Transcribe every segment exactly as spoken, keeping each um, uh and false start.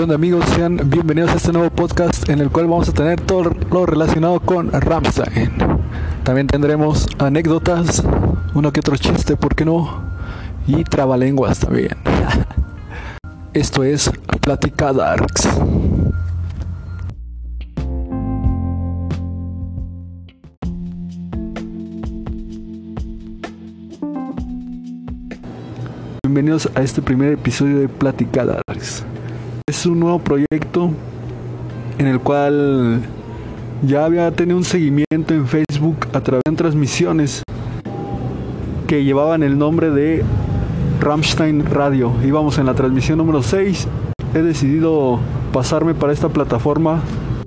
¿Qué onda, amigos? Sean bienvenidos a este nuevo podcast en el cual vamos a tener todo lo relacionado con Rammstein. También tendremos anécdotas, uno que otro chiste, ¿por qué no? Y trabalenguas también. Esto es Plática Darks. Bienvenidos a este primer episodio de Plática Darks. Es un nuevo proyecto en el cual ya había tenido un seguimiento en Facebook a través de transmisiones que llevaban el nombre de Rammstein Radio. Íbamos en la transmisión número seis. He decidido pasarme para esta plataforma.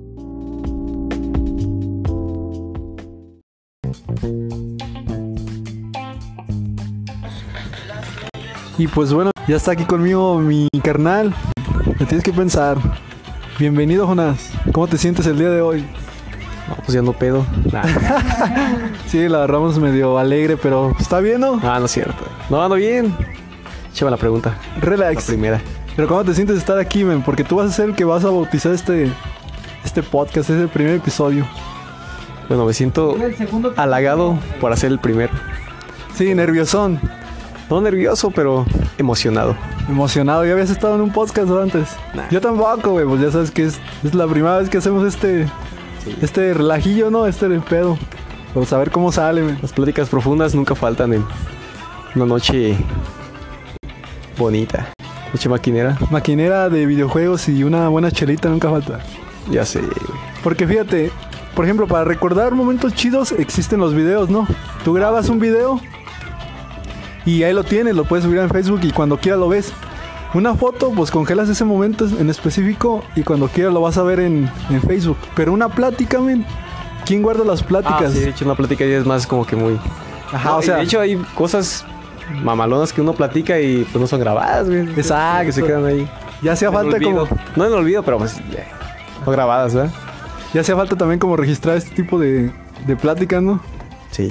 Y pues bueno, ya está aquí conmigo mi carnal. Me tienes que pensar. Bienvenido, Jonás. ¿Cómo te sientes el día de hoy? No, pues ya no pedo. Nah. Sí, la agarramos medio alegre, pero ¿está bien, no? Ah, no es cierto. No, ando bien. Cheva la pregunta. Relax. La primera. Pero ¿cómo te sientes de estar aquí, men? Porque tú vas a ser el que vas a bautizar este, este podcast, es el primer episodio. Bueno, me siento halagado por hacer el primero. Sí, nerviosón. No nervioso, pero emocionado. Emocionado, ¿ya habías estado en un podcast antes? Nah. Yo tampoco, güey, pues ya sabes que es, es la primera vez que hacemos este sí. este relajillo, ¿no? Este pedo. Vamos a ver cómo sale, güey. Las pláticas profundas nunca faltan en una noche bonita. Noche maquinera. Maquinera de videojuegos y una buena chelita nunca falta. Ya sé, güey. Porque fíjate, por ejemplo, para recordar momentos chidos existen los videos, ¿no? Tú grabas un video y ahí lo tienes, lo puedes subir en Facebook y cuando quieras lo ves. Una foto, pues congelas ese momento en específico y cuando quieras lo vas a ver en, en Facebook. Pero una plática, men, ¿quién guarda las pláticas? Ah, sí, de hecho una plática ya es más como que muy... Ajá, no, o sea... de hecho hay cosas mamalonas que uno platica y pues no son grabadas, güey. Exacto. Que se quedan ahí. Ya hacía falta como... No en el olvido, pero pues ya, no grabadas, ¿verdad? Ya hacía falta también como registrar este tipo de, de pláticas, ¿no? Sí.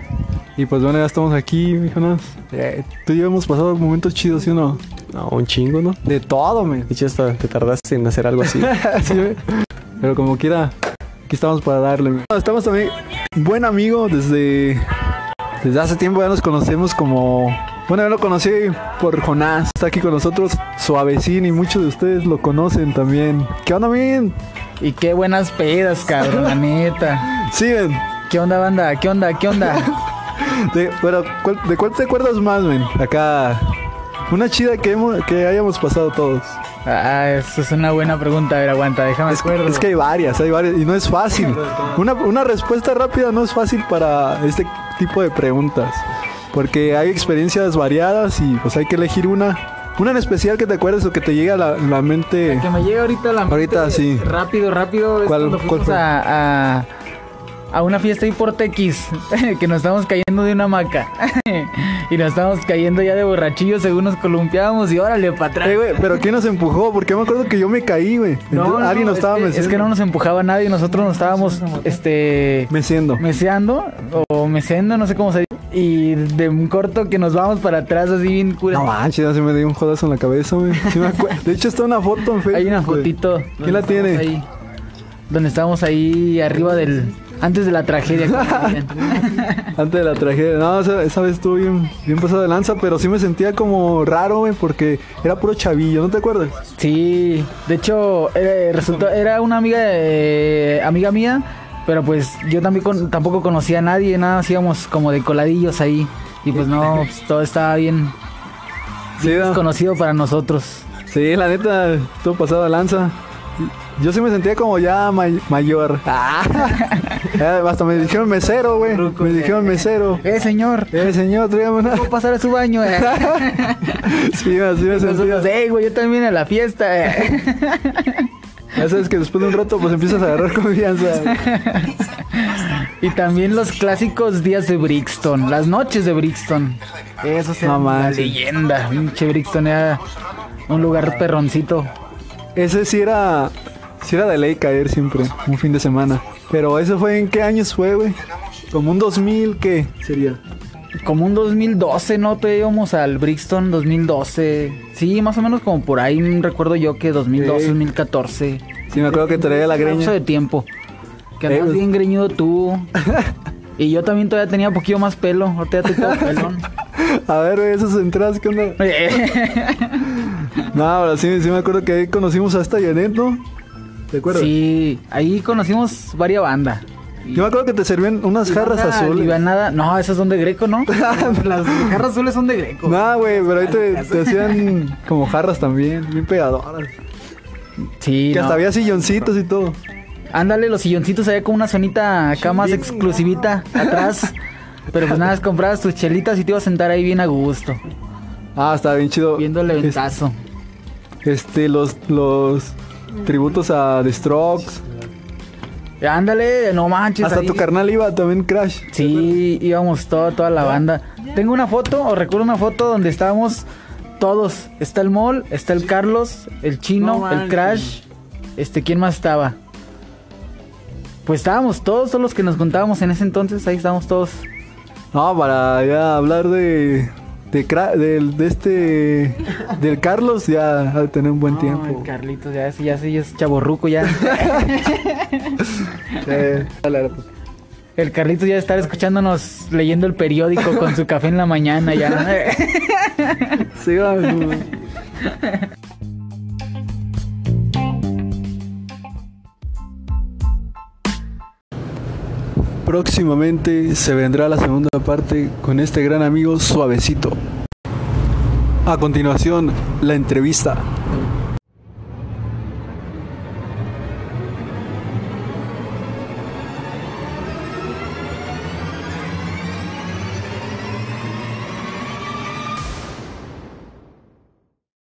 Y pues bueno, ya estamos aquí, mi Jonás. Eh, tú y yo hemos pasado momentos chidos, ¿sí o no? No, un chingo, ¿no? De todo, men. De hecho, hasta te tardaste en hacer algo así. Sí, pero como quiera, aquí estamos para darle, men. Estamos también buen amigo desde... Desde hace tiempo ya nos conocemos como... Bueno, yo lo conocí por Jonás. Está aquí con nosotros, Suavecín, y muchos de ustedes lo conocen también. ¿Qué onda, men? Y qué buenas pedas, cabrón, la neta. Sí, men. ¿Qué onda, banda? ¿Qué onda? ¿Qué onda? De, pero, ¿cuál, ¿de cuál te acuerdas más, men? Acá, una chida que, hemos, que hayamos pasado todos. Ah, eso es una buena pregunta. A ver, aguanta, déjame Es, acuerdo. es que hay varias, hay varias, y no es fácil. Una, una respuesta rápida no es fácil para este tipo de preguntas. Porque hay experiencias variadas y pues hay que elegir una. Una en especial que te acuerdes o que te llegue a la, la mente. Que me llega ahorita a la mente. Ahorita sí. Rápido, rápido. Es ¿Cuál, cuando cuál fuimos fue? a... a... A una fiesta ahí por Tequis, que nos estábamos cayendo de una hamaca. Y nos estábamos cayendo ya de borrachillos según nos columpiábamos y órale, para atrás. Eh, güey, pero ¿quién nos empujó? Porque me acuerdo que yo me caí, güey. No, no, Alguien nos es estaba que, meciendo. es que no nos empujaba nadie, nosotros nos estábamos, este... Meciendo. Meseando, o meciendo, no sé cómo se dice. Y de un corto que nos vamos para atrás así bien cura. No manches, ya se me dio un jodazo en la cabeza, güey. Sí me acuerdo. De hecho, está una foto en Facebook. Hay una güey. fotito. ¿Quién la tiene? Ahí, donde estábamos ahí arriba del... Antes de la tragedia. Antes de la tragedia. No, esa, esa vez estuvo bien, bien pasado de lanza, pero sí me sentía como raro, güey, porque era puro chavillo, ¿no te acuerdas? Sí, de hecho, era, resultó, era una amiga eh, amiga mía, pero pues yo también con, tampoco conocía a nadie, nada, hacíamos como de coladillos ahí. Y pues no, pues, todo estaba bien, Sí, bien ¿no? desconocido para nosotros. Sí, la neta, estuvo pasado de lanza. Yo sí me sentía como ya may- mayor. Ah. Hasta me dijeron mesero, güey. Me dijeron mesero. Eh, señor, Eh, señor, tráigame una. ¿puedo pasar a su baño? Eh? Sí, así me sentía. Nosotros, eh, güey, yo también a la fiesta. Eh. Ya sabes que después de un rato pues empiezas a agarrar confianza. Y también los clásicos días de Brixton, las noches de Brixton. Eso es No una manches. leyenda. Pinche Brixton era un lugar perroncito. Ese sí era... Sí era de ley caer siempre, un fin de semana. Pero eso fue, ¿en qué años fue, güey? Como un dos mil, ¿qué sería? como un dos mil doce, ¿no? Te íbamos al Brixton dos mil doce. Sí, más o menos como por ahí recuerdo yo que dos mil doce, Sí. dos mil catorce. Sí, me acuerdo que traía la Ese lapso greña. de tiempo. Que Eh, andas pues- bien greñudo tú. Y yo también todavía tenía un poquillo más pelo. Ahorita ya estoy todo pelón. A ver, güey, esas entradas, ¿qué onda? No, pero sí, sí me acuerdo que ahí conocimos a esta Janet, ¿no? ¿Te acuerdas? Sí, ahí conocimos varias bandas. Yo me acuerdo que te servían unas jarras Banda azules. Libanada. No, esas son de Greco, ¿no? Las jarras azules son de Greco. No, güey, pero ahí te, te hacían como jarras también, bien pegadoras. Sí, Que no. hasta había silloncitos y todo. Ándale, los silloncitos había como una zonita acá más exclusivita atrás. Pero pues nada, comprabas tus chelitas y te ibas a sentar ahí bien a gusto. Ah, estaba bien chido. Viendo el Es- eventazo. Este, los, los tributos a The Strokes. Ándale, no manches. Hasta ahí- tu carnal iba también, Crash. Sí, íbamos todo, toda la banda. Tengo una foto, o recuerdo una foto donde estábamos todos. Está el Mol, está el Carlos, el Chino, No el manches. Crash. Este, ¿quién más estaba? Pues estábamos todos, todos los que nos contábamos en ese entonces, ahí estábamos todos. No, para ya hablar de. De, Cra- del- de este. Del Carlos, ya ha de tener un buen No, tiempo. el Carlitos, ya, ese- ya, ese ya es chaborruco ya. Eh, dale, pues. El Carlitos ya de estar escuchándonos leyendo el periódico con su café en la mañana ya. Sí, vamos. Próximamente se vendrá la segunda parte con este gran amigo Suavecito. A continuación, la entrevista.